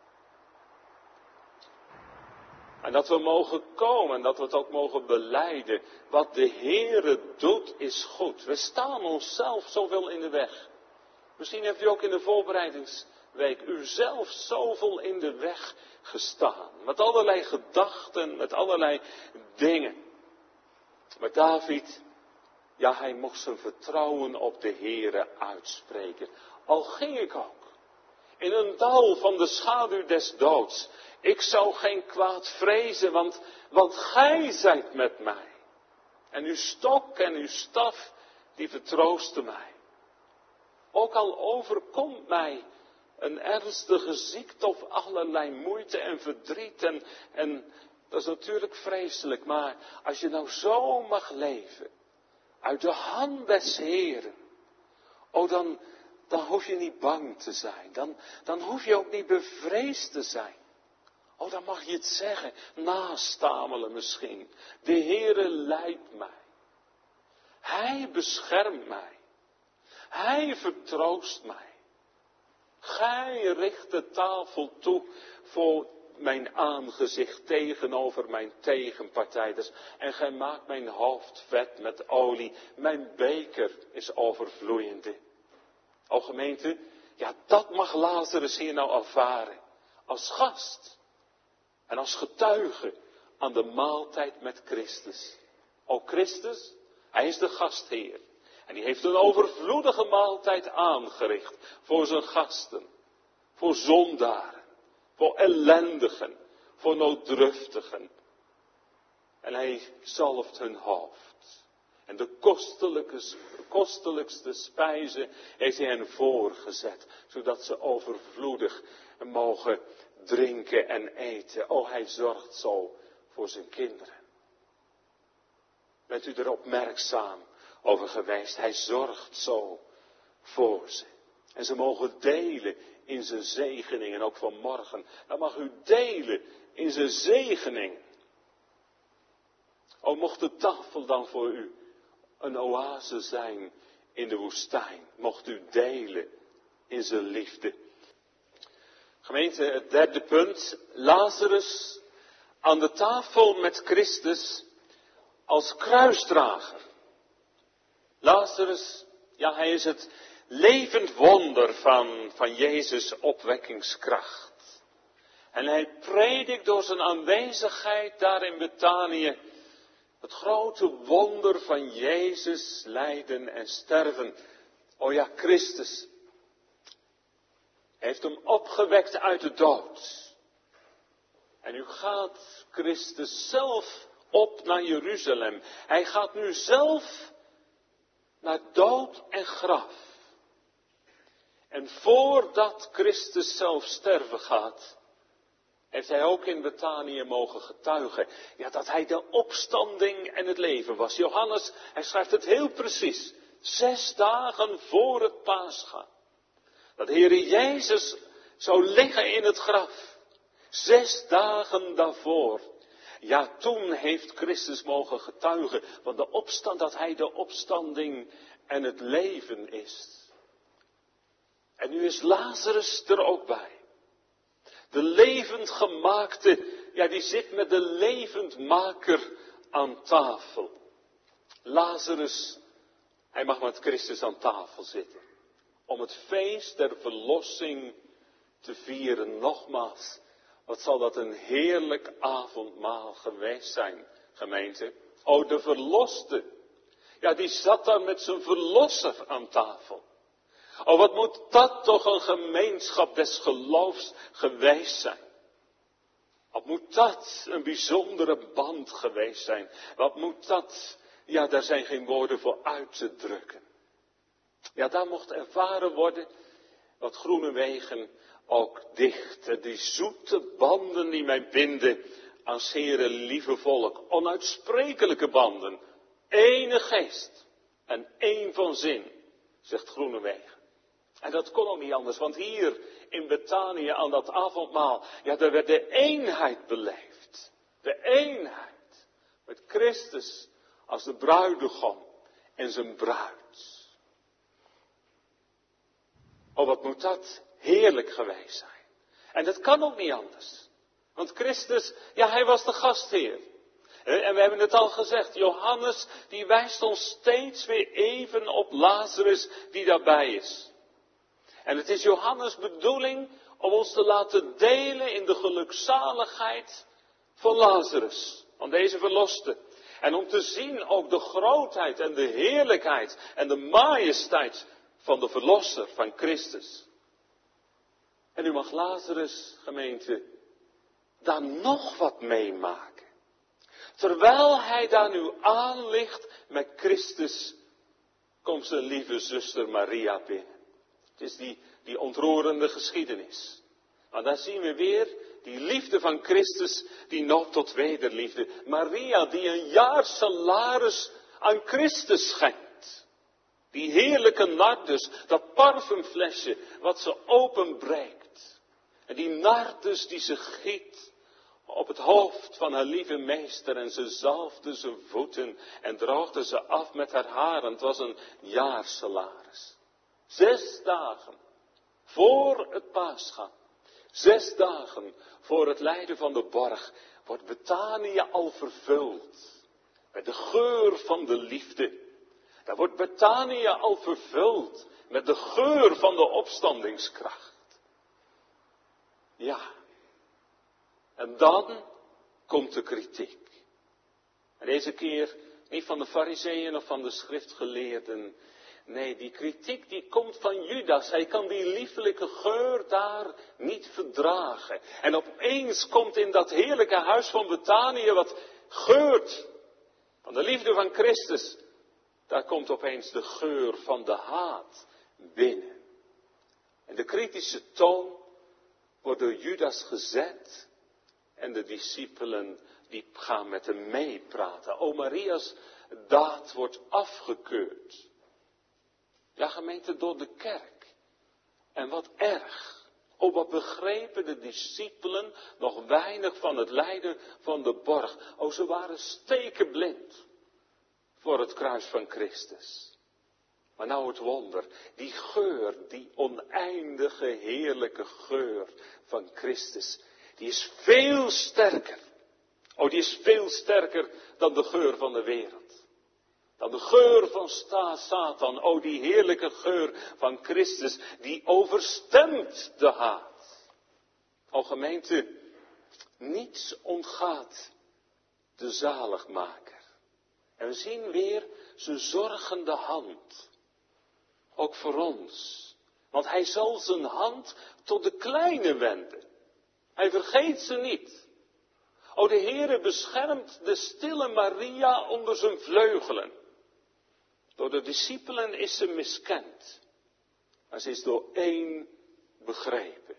En dat we mogen komen en dat we het ook mogen belijden. Wat de Heere doet is goed. We staan onszelf zoveel in de weg. Misschien heeft u ook in de voorbereidingsweek uzelf zoveel in de weg gestaan. Met allerlei gedachten, met allerlei dingen. Maar David, ja, hij mocht zijn vertrouwen op de Heere uitspreken. Al ging ik ook in een dal van de schaduw des doods. Ik zou geen kwaad vrezen, want gij zijt met mij. En uw stok en uw staf, die vertroosten mij. Ook al overkomt mij een ernstige ziekte of allerlei moeite en verdriet Dat is natuurlijk vreselijk, maar als je nou zo mag leven, uit de hand des Heren, dan hoef je niet bang te zijn. Dan hoef je ook niet bevreesd te zijn. Dan mag je het zeggen, nastamelen misschien. De Heere leidt mij. Hij beschermt mij. Hij vertroost mij. Gij richt de tafel toe voor mijn aangezicht tegenover mijn tegenpartijders. En gij maakt mijn hoofd vet met olie. Mijn beker is overvloeiende. O gemeente, ja, dat mag Lazarus hier nou ervaren. Als gast. En als getuige aan de maaltijd met Christus. O Christus, hij is de gastheer. En die heeft een overvloedige maaltijd aangericht voor zijn gasten. Voor zondaren. Voor ellendigen. Voor nooddruftigen. En hij zalft hun hoofd. En de kostelijkste spijze heeft hij hen voorgezet. Zodat ze overvloedig mogen drinken en eten. O, hij zorgt zo voor zijn kinderen. Bent u er opmerkzaam over geweest? Hij zorgt zo voor ze. En ze mogen delen in zijn zegening. En ook vanmorgen. Dan mag u delen in zijn zegening. O, mocht de tafel dan voor u een oase zijn in de woestijn. Mocht u delen in zijn liefde. Gemeente, het derde punt. Lazarus aan de tafel met Christus als kruisdrager. Lazarus, ja, hij is het levend wonder van Jezus' opwekkingskracht. En hij predikt door zijn aanwezigheid daar in Betanië het grote wonder van Jezus lijden en sterven. O ja, Christus heeft hem opgewekt uit de dood. En nu gaat Christus zelf op naar Jeruzalem. Hij gaat nu zelf naar dood en graf. En voordat Christus zelf sterven gaat, heeft hij ook in Betanië mogen getuigen. Ja, dat hij de opstanding en het leven was. Johannes, hij schrijft het heel precies. 6 dagen voor het Pascha. Dat de Heere Jezus zou liggen in het graf. 6 dagen daarvoor. Ja, toen heeft Christus mogen getuigen van de opstand, dat hij de opstanding en het leven is. En nu is Lazarus er ook bij. De levendgemaakte, ja, die zit met de levendmaker aan tafel. Lazarus, hij mag met Christus aan tafel zitten. Om het feest der verlossing te vieren. Nogmaals, wat zal dat een heerlijk avondmaal geweest zijn, gemeente. O, de verloste. Ja, die zat daar met zijn verlosser aan tafel. Oh, wat moet dat toch een gemeenschap des geloofs geweest zijn. Wat moet dat een bijzondere band geweest zijn. Wat moet dat, ja, daar zijn geen woorden voor uit te drukken. Ja, daar mocht ervaren worden wat Groenewegen ook dicht. Die zoete banden die mij binden aan 's Heere lieve volk. Onuitsprekelijke banden. Ene geest en één van zin, zegt Groenewegen. En dat kon ook niet anders, want hier in Betanië aan dat avondmaal, ja, daar werd de eenheid beleefd. De eenheid met Christus als de bruidegom en zijn bruid. Oh, wat moet dat heerlijk geweest zijn. En dat kan ook niet anders. Want Christus, ja, hij was de gastheer. En we hebben het al gezegd, Johannes, die wijst ons steeds weer even op Lazarus die daarbij is. En het is Johannes' bedoeling om ons te laten delen in de gelukzaligheid van Lazarus, van deze verloste. En om te zien ook de grootheid en de heerlijkheid en de majesteit van de verlosser, van Christus. En u mag Lazarus, gemeente, daar nog wat meemaken. Terwijl hij daar nu aan ligt met Christus, komt zijn lieve zuster Maria binnen. Het is die ontroerende geschiedenis. Maar daar zien we weer die liefde van Christus die noopt tot wederliefde. Maria die een jaar salaris aan Christus schenkt. Die heerlijke nardus, dat parfumflesje wat ze openbreekt. En die nardus die ze giet op het hoofd van haar lieve meester. En ze zalfde zijn voeten en droogde ze af met haar haren. Het was een jaarsalaris. 6 dagen voor het Pascha. 6 dagen voor het lijden van de borg wordt Betanië al vervuld met de geur van de liefde. Daar wordt Betanië al vervuld met de geur van de opstandingskracht. Ja, en dan komt de kritiek. En deze keer niet van de Farizeeën of van de schriftgeleerden. Nee, die kritiek die komt van Judas. Hij kan die liefelijke geur daar niet verdragen. En opeens komt in dat heerlijke huis van Betanië wat geurt van de liefde van Christus. Daar komt opeens de geur van de haat binnen. En de kritische toon wordt door Judas gezet. En de discipelen die gaan met hem meepraten. O, Maria's daad wordt afgekeurd. Ja, gemeente, door de kerk. En wat erg. O, wat begrepen de discipelen nog weinig van het lijden van de borg. O, ze waren stekenblind voor het kruis van Christus. Maar nou het wonder, die geur, die oneindige heerlijke geur van Christus, die is veel sterker. O, die is veel sterker dan de geur van de wereld. Dan de geur van Satan, o die heerlijke geur van Christus, die overstemt de haat. O gemeente, niets ontgaat de zaligmaker. En we zien weer zijn zorgende hand. Ook voor ons. Want hij zal zijn hand tot de kleine wenden. Hij vergeet ze niet. O, de Heere beschermt de stille Maria onder zijn vleugelen. Door de discipelen is ze miskend. Maar ze is door één begrepen.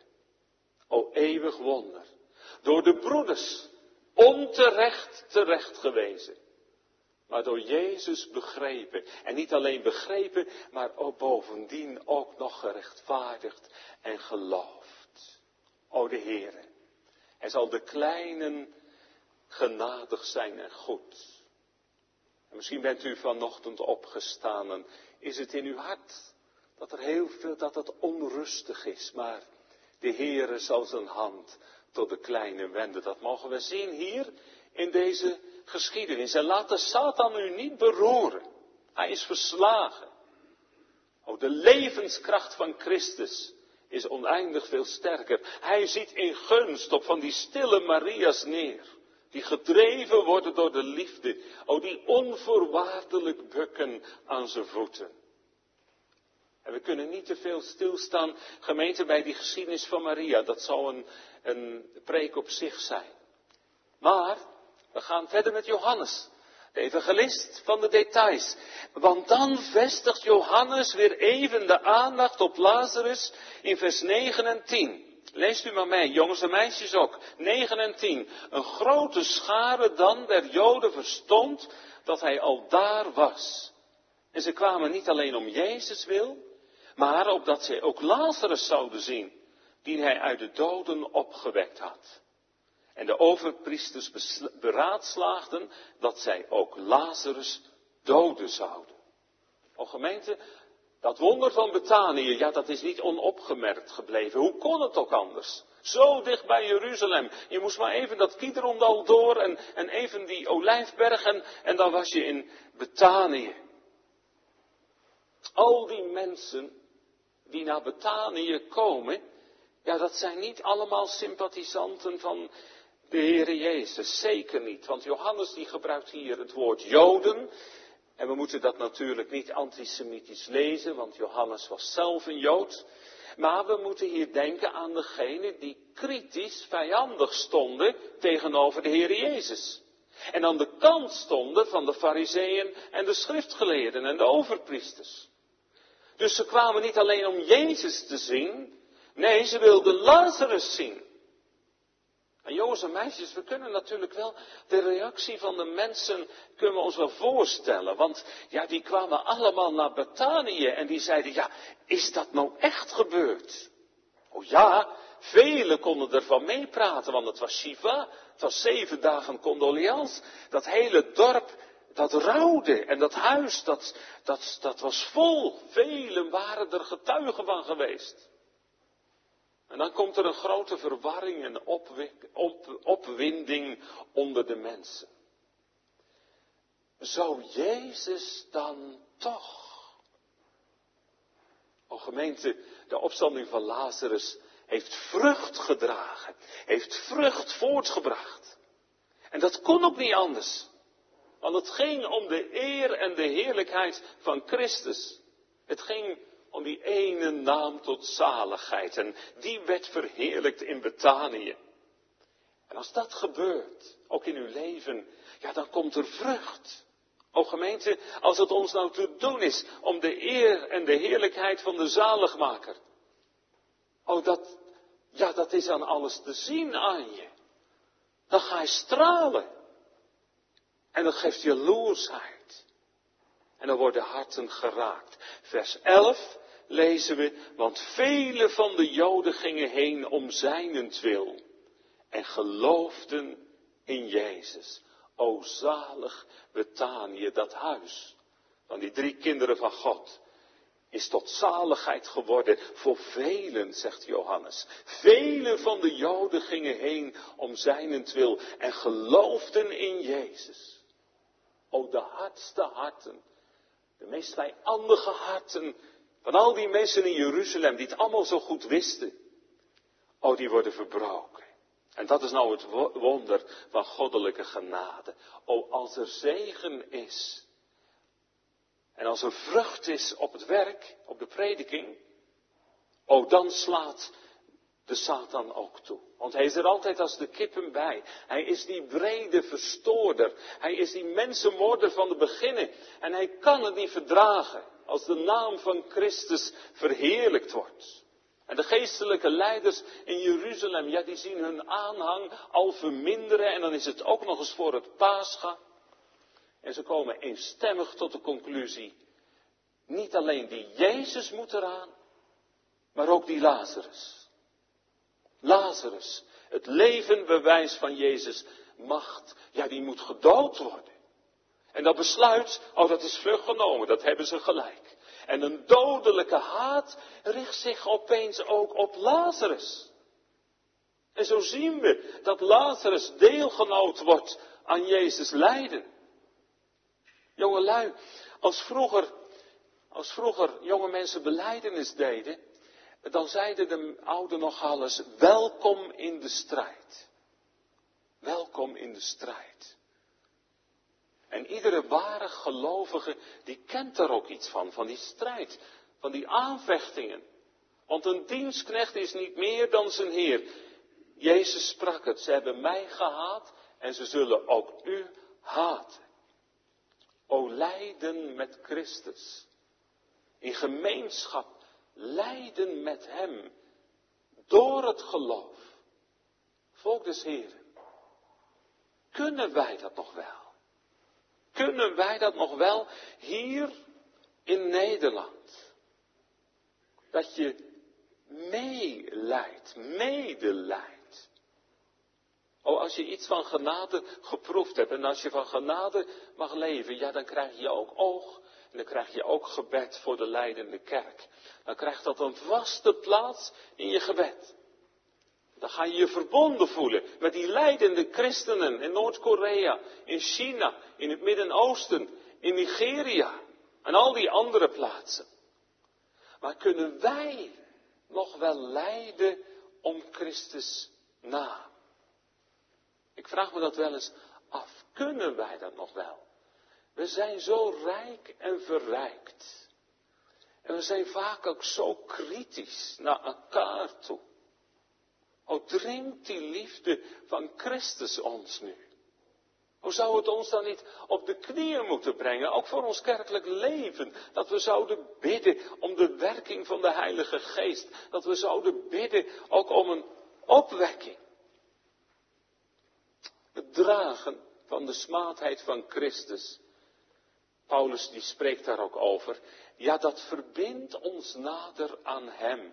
O, eeuwig wonder. Door de broeders onterecht terecht gewezen. Maar door Jezus begrepen. En niet alleen begrepen, maar ook bovendien ook nog gerechtvaardigd en geloofd. O, de Heere. Hij zal de kleinen genadig zijn en goed. En misschien bent u vanochtend opgestaan en is het in uw hart dat er heel veel, dat het onrustig is. Maar de Heere zal zijn hand tot de kleine wenden. Dat mogen we zien hier in deze geschiedenis. En laat de Satan u niet beroeren. Hij is verslagen. Oh, de levenskracht van Christus is oneindig veel sterker. Hij ziet in gunst op van die stille Maria's neer. Die gedreven worden door de liefde. O, die onvoorwaardelijk bukken aan zijn voeten. En we kunnen niet te veel stilstaan, gemeente, bij die geschiedenis van Maria. Dat zou een preek op zich zijn. Maar we gaan verder met Johannes, de evangelist van de details. Want dan vestigt Johannes weer even de aandacht op Lazarus in vers 9 en 10. Leest u maar mee, jongens en meisjes ook. 9 en 10. Een grote schare dan der Joden verstond dat hij al daar was. En ze kwamen niet alleen om Jezus wil, maar opdat zij ook Lazarus zouden zien, die hij uit de doden opgewekt had. En de overpriesters beraadslaagden dat zij ook Lazarus doden zouden. O gemeente, dat wonder van Betanië, ja, dat is niet onopgemerkt gebleven. Hoe kon het ook anders? Zo dicht bij Jeruzalem. Je moest maar even dat Kidrondal door en even die Olijfberg en dan was je in Betanië. Al die mensen die naar Betanië komen, ja, dat zijn niet allemaal sympathisanten van de Heere Jezus. Zeker niet, want Johannes die gebruikt hier het woord Joden. En we moeten dat natuurlijk niet antisemitisch lezen, want Johannes was zelf een Jood. Maar we moeten hier denken aan degenen die kritisch, vijandig stonden tegenover de Heer Jezus. En aan de kant stonden van de Farizeeën en de schriftgeleerden en de overpriesters. Dus ze kwamen niet alleen om Jezus te zien, Nee, ze wilden Lazarus zien. En jongens en meisjes, we kunnen natuurlijk wel de reactie van de mensen, kunnen we ons wel voorstellen. Want ja, die kwamen allemaal naar Betanië en die zeiden, ja, is dat nou echt gebeurd? Oh ja, velen konden ervan meepraten, want het was Shiva, het was 7 dagen condoleance. Dat hele dorp, dat rouwde en dat huis, dat was vol. Velen waren er getuigen van geweest. En dan komt er een grote verwarring en opwinding onder de mensen. Zou Jezus dan toch? O gemeente, de opstanding van Lazarus heeft vrucht gedragen, heeft vrucht voortgebracht. En dat kon ook niet anders. Want het ging om de eer en de heerlijkheid van Christus. Het ging om die ene naam tot zaligheid. En die werd verheerlijkt in Betanië. En als dat gebeurt, ook in uw leven, ja, dan komt er vrucht. O gemeente, als het ons nou te doen is om de eer en de heerlijkheid van de zaligmaker. Oh, dat is aan alles te zien aan je. Dan ga je stralen. En dat geeft jaloersheid. En dan worden harten geraakt. Vers 11 lezen we, want vele van de Joden gingen heen om zijnentwil. En geloofden in Jezus. O zalig Betanië, dat huis van die 3 kinderen van God, is tot zaligheid geworden voor velen, zegt Johannes. Velen van de Joden gingen heen om zijnentwil en geloofden in Jezus. O de hardste harten, de meest vijandige harten van al die mensen in Jeruzalem die het allemaal zo goed wisten. O, die worden verbroken. En dat is nou het wonder van goddelijke genade. O, als er zegen is. En als er vrucht is op het werk, op de prediking. O, dan slaat de Satan ook toe. Want hij is er altijd als de kippen bij. Hij is die brede verstoorder. Hij is die mensenmoorder van de beginnen. En hij kan het niet verdragen als de naam van Christus verheerlijkt wordt. En de geestelijke leiders in Jeruzalem, ja, die zien hun aanhang al verminderen. En dan is het ook nog eens voor het Pascha. En ze komen eenstemmig tot de conclusie. Niet alleen die Jezus moet eraan, maar ook die Lazarus. Lazarus, het levenbewijs van Jezus, macht, ja, die moet gedood worden. En dat besluit, dat is vlug genomen, dat hebben ze gelijk. En een dodelijke haat richt zich opeens ook op Lazarus. En zo zien we dat Lazarus deelgenoot wordt aan Jezus lijden. Jongelui, als vroeger jonge mensen belijdenis deden, dan zeiden de ouden nogal eens, welkom in de strijd. Welkom in de strijd. En iedere ware gelovige, die kent daar ook iets van die strijd, van die aanvechtingen. Want een dienstknecht is niet meer dan zijn Heer. Jezus sprak het, ze hebben mij gehaat en ze zullen ook u haten. O lijden met Christus, in gemeenschap lijden met Hem, door het geloof. Volk des Heren, kunnen wij dat nog wel? Kunnen wij dat nog wel hier in Nederland? Dat je meelijdt, medelijdt. Als je iets van genade geproefd hebt en als je van genade mag leven, ja, dan krijg je ook oog en dan krijg je ook gebed voor de lijdende kerk. Dan krijgt dat een vaste plaats in je gebed. Dan ga je je verbonden voelen met die lijdende christenen in Noord-Korea, in China, in het Midden-Oosten, in Nigeria en al die andere plaatsen. Maar kunnen wij nog wel lijden om Christus naam? Ik vraag me dat wel eens af. Kunnen wij dat nog wel? We zijn zo rijk en verrijkt. En we zijn vaak ook zo kritisch naar elkaar toe. Dringt die liefde van Christus ons nu? Hoe zou het ons dan niet op de knieën moeten brengen, ook voor ons kerkelijk leven, dat we zouden bidden om de werking van de Heilige Geest, dat we zouden bidden ook om een opwekking. Het dragen van de smaadheid van Christus. Paulus die spreekt daar ook over. Ja, dat verbindt ons nader aan Hem.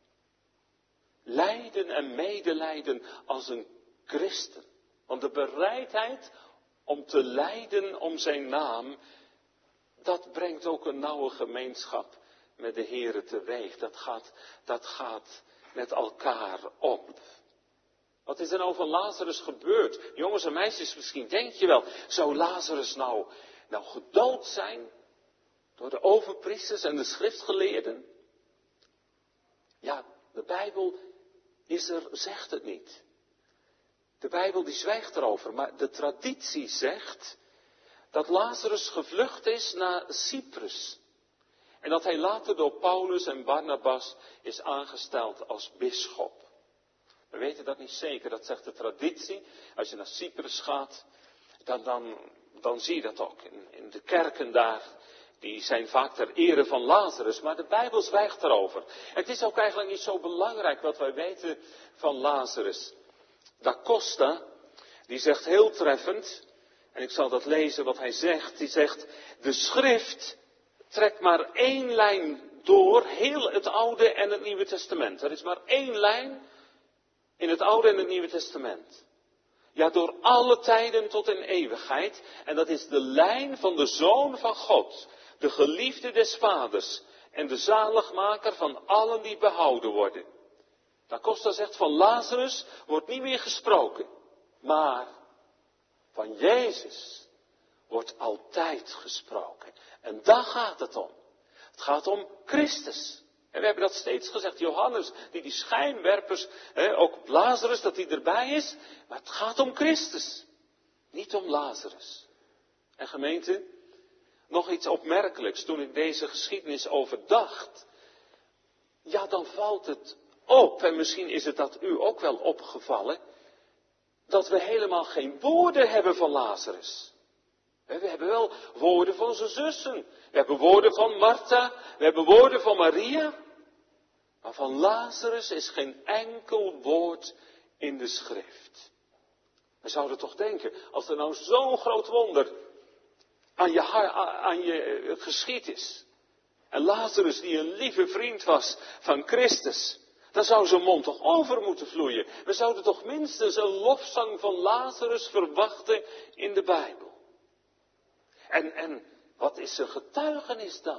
Lijden en medelijden als een christen. Want de bereidheid om te lijden om zijn naam, dat brengt ook een nauwe gemeenschap met de Heere teweeg. Dat gaat met elkaar op. Wat is er nou van Lazarus gebeurd? Jongens en meisjes, misschien denk je wel, zou Lazarus nou gedood zijn door de overpriesters en de schriftgeleerden? Ja, de Bijbel zegt het niet. De Bijbel die zwijgt erover, maar de traditie zegt dat Lazarus gevlucht is naar Cyprus. En dat hij later door Paulus en Barnabas is aangesteld als bisschop. We weten dat niet zeker, dat zegt de traditie. Als je naar Cyprus gaat, dan zie je dat ook. In de kerken daar, die zijn vaak ter ere van Lazarus, maar de Bijbel zwijgt erover. Het is ook eigenlijk niet zo belangrijk wat wij weten van Lazarus. Da Costa, die zegt heel treffend, en ik zal dat lezen wat hij zegt, die zegt, de schrift trekt maar één lijn door, heel het Oude en het Nieuwe Testament. Er is maar één lijn in het Oude en het Nieuwe Testament. Ja, door alle tijden tot in eeuwigheid. En dat is de lijn van de Zoon van God, de geliefde des Vaders en de zaligmaker van allen die behouden worden. Da Costa zegt, van Lazarus wordt niet meer gesproken, maar van Jezus wordt altijd gesproken. En daar gaat het om. Het gaat om Christus. En we hebben dat steeds gezegd. Johannes, die schijnwerpers, ook op Lazarus, dat hij erbij is. Maar het gaat om Christus. Niet om Lazarus. En gemeente, nog iets opmerkelijks. Toen ik deze geschiedenis overdacht. Ja, dan valt het op. En misschien is het dat u ook wel opgevallen. Dat we helemaal geen woorden hebben van Lazarus. We hebben wel woorden van zijn zussen. We hebben woorden van Martha. We hebben woorden van Maria. Maar van Lazarus is geen enkel woord in de schrift. We zouden toch denken, als er nou zo'n groot wonder aan je geschied is. En Lazarus die een lieve vriend was van Christus. Dan zou zijn mond toch over moeten vloeien. We zouden toch minstens een lofzang van Lazarus verwachten in de Bijbel. En wat is zijn getuigenis dan?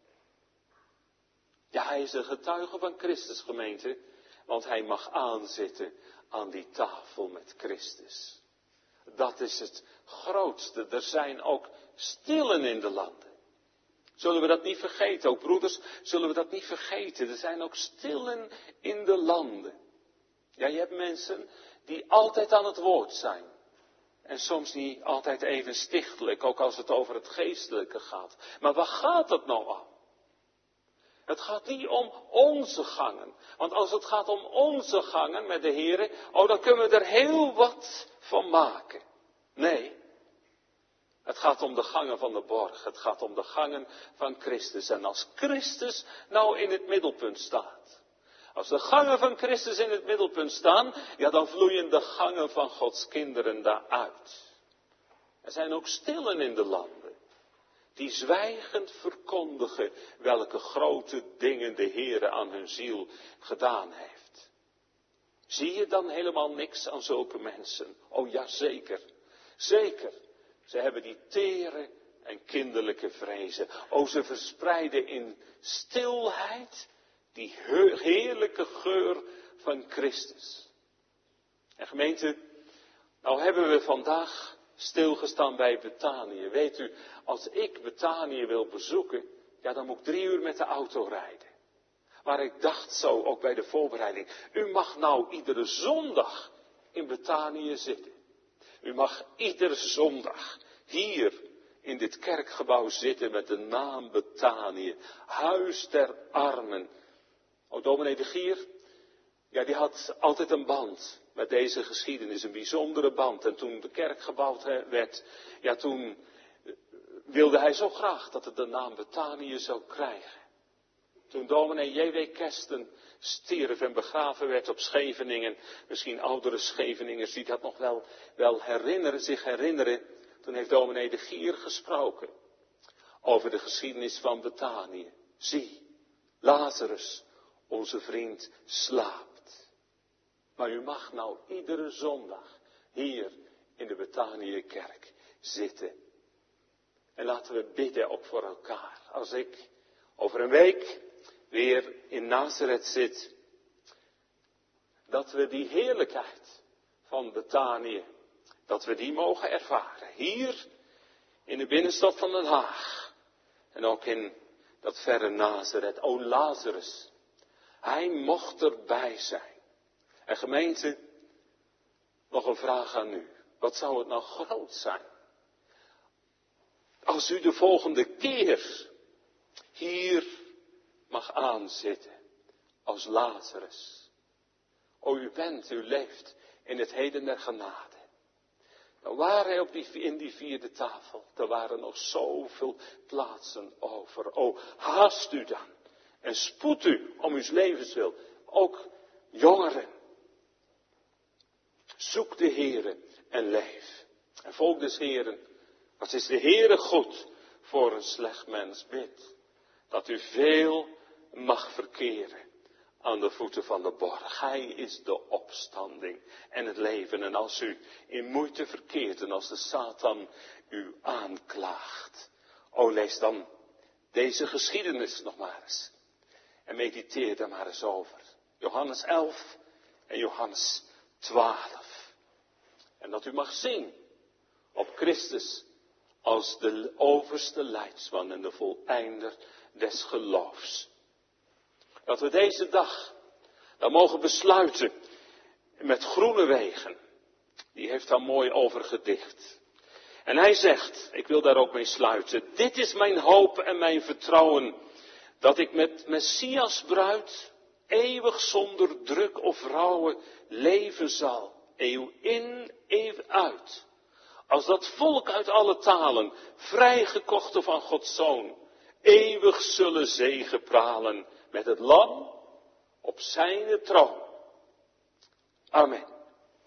Ja, hij is een getuige van Christus, gemeente. Want hij mag aanzitten aan die tafel met Christus. Dat is het grootste. Er zijn ook stillen in de landen. Zullen we dat niet vergeten? Ook broeders, zullen we dat niet vergeten? Er zijn ook stillen in de landen. Ja, je hebt mensen die altijd aan het woord zijn. En soms niet altijd even stichtelijk, ook als het over het geestelijke gaat. Maar waar gaat het nou om? Het gaat niet om onze gangen. Want als het gaat om onze gangen met de Heer, dan kunnen we er heel wat van maken. Nee. Het gaat om de gangen van de borg. Het gaat om de gangen van Christus. En als Christus nou in het middelpunt staat. Als de gangen van Christus in het middelpunt staan, ja, dan vloeien de gangen van Gods kinderen daaruit. Er zijn ook stillen in de landen. Die zwijgend verkondigen welke grote dingen de Heere aan hun ziel gedaan heeft. Zie je dan helemaal niks aan zulke mensen? Oh ja, zeker. Zeker. Ze hebben die tere en kinderlijke vrezen. Oh, ze verspreiden in stilheid die heerlijke geur van Christus. En gemeente, nou hebben we vandaag stilgestaan bij Betanië. Weet u, als ik Betanië wil bezoeken, ja, dan moet ik 3 uur met de auto rijden. Maar ik dacht zo, ook bij de voorbereiding, u mag nou iedere zondag in Betanië zitten. U mag iedere zondag hier in dit kerkgebouw zitten met de naam Betanië, huis der armen. O, dominee de Gier, ja, die had altijd een band met deze geschiedenis een bijzondere band. En toen de kerk gebouwd werd, ja, toen wilde hij zo graag dat het de naam Betanië zou krijgen. Toen dominee J.W. Kersten stierf en begraven werd op Scheveningen, misschien oudere Scheveningers die dat nog wel zich herinneren, toen heeft dominee de Gier gesproken over de geschiedenis van Betanië. Zie, Lazarus, onze vriend, slaapt. Maar u mag nou iedere zondag hier in de Betaniëkerk zitten. En laten we bidden ook voor elkaar. Als ik over een week weer in Nazareth zit, dat we die heerlijkheid van Betanië, dat we die mogen ervaren. Hier in de binnenstad van Den Haag. En ook in dat verre Nazareth. O Lazarus, hij mocht erbij zijn. En gemeente, nog een vraag aan u. Wat zou het nou groot zijn als u de volgende keer hier mag aanzitten als Lazarus. O, u leeft in het heden der genade. Dan waren hij in die vierde tafel. Er waren nog zoveel plaatsen over. O, haast u dan. En spoed u om uw levenswil. Ook jongeren. Zoek de Heere en leef. En volk des Heeren. Wat is de Heere goed voor een slecht mens? Bid dat u veel mag verkeren aan de voeten van de borg. Hij is de opstanding en het leven. En als u in moeite verkeert en als de Satan u aanklaagt. O, lees dan deze geschiedenis nog maar eens. En mediteer daar maar eens over. Johannes 11 en Johannes 12. En dat u mag zien op Christus als de overste leidsman en de voleinder des geloofs. Dat we deze dag dan mogen besluiten met Groenewegen. Die heeft daar mooi over gedicht. En hij zegt, ik wil daar ook mee sluiten. Dit is mijn hoop en mijn vertrouwen. Dat ik met Messias bruid eeuwig zonder druk of rouwen leven zal. Eeuw in, eeuw uit. Als dat volk uit alle talen, vrijgekochte van Gods Zoon, eeuwig zullen zegepralen met het lam op zijn troon. Amen.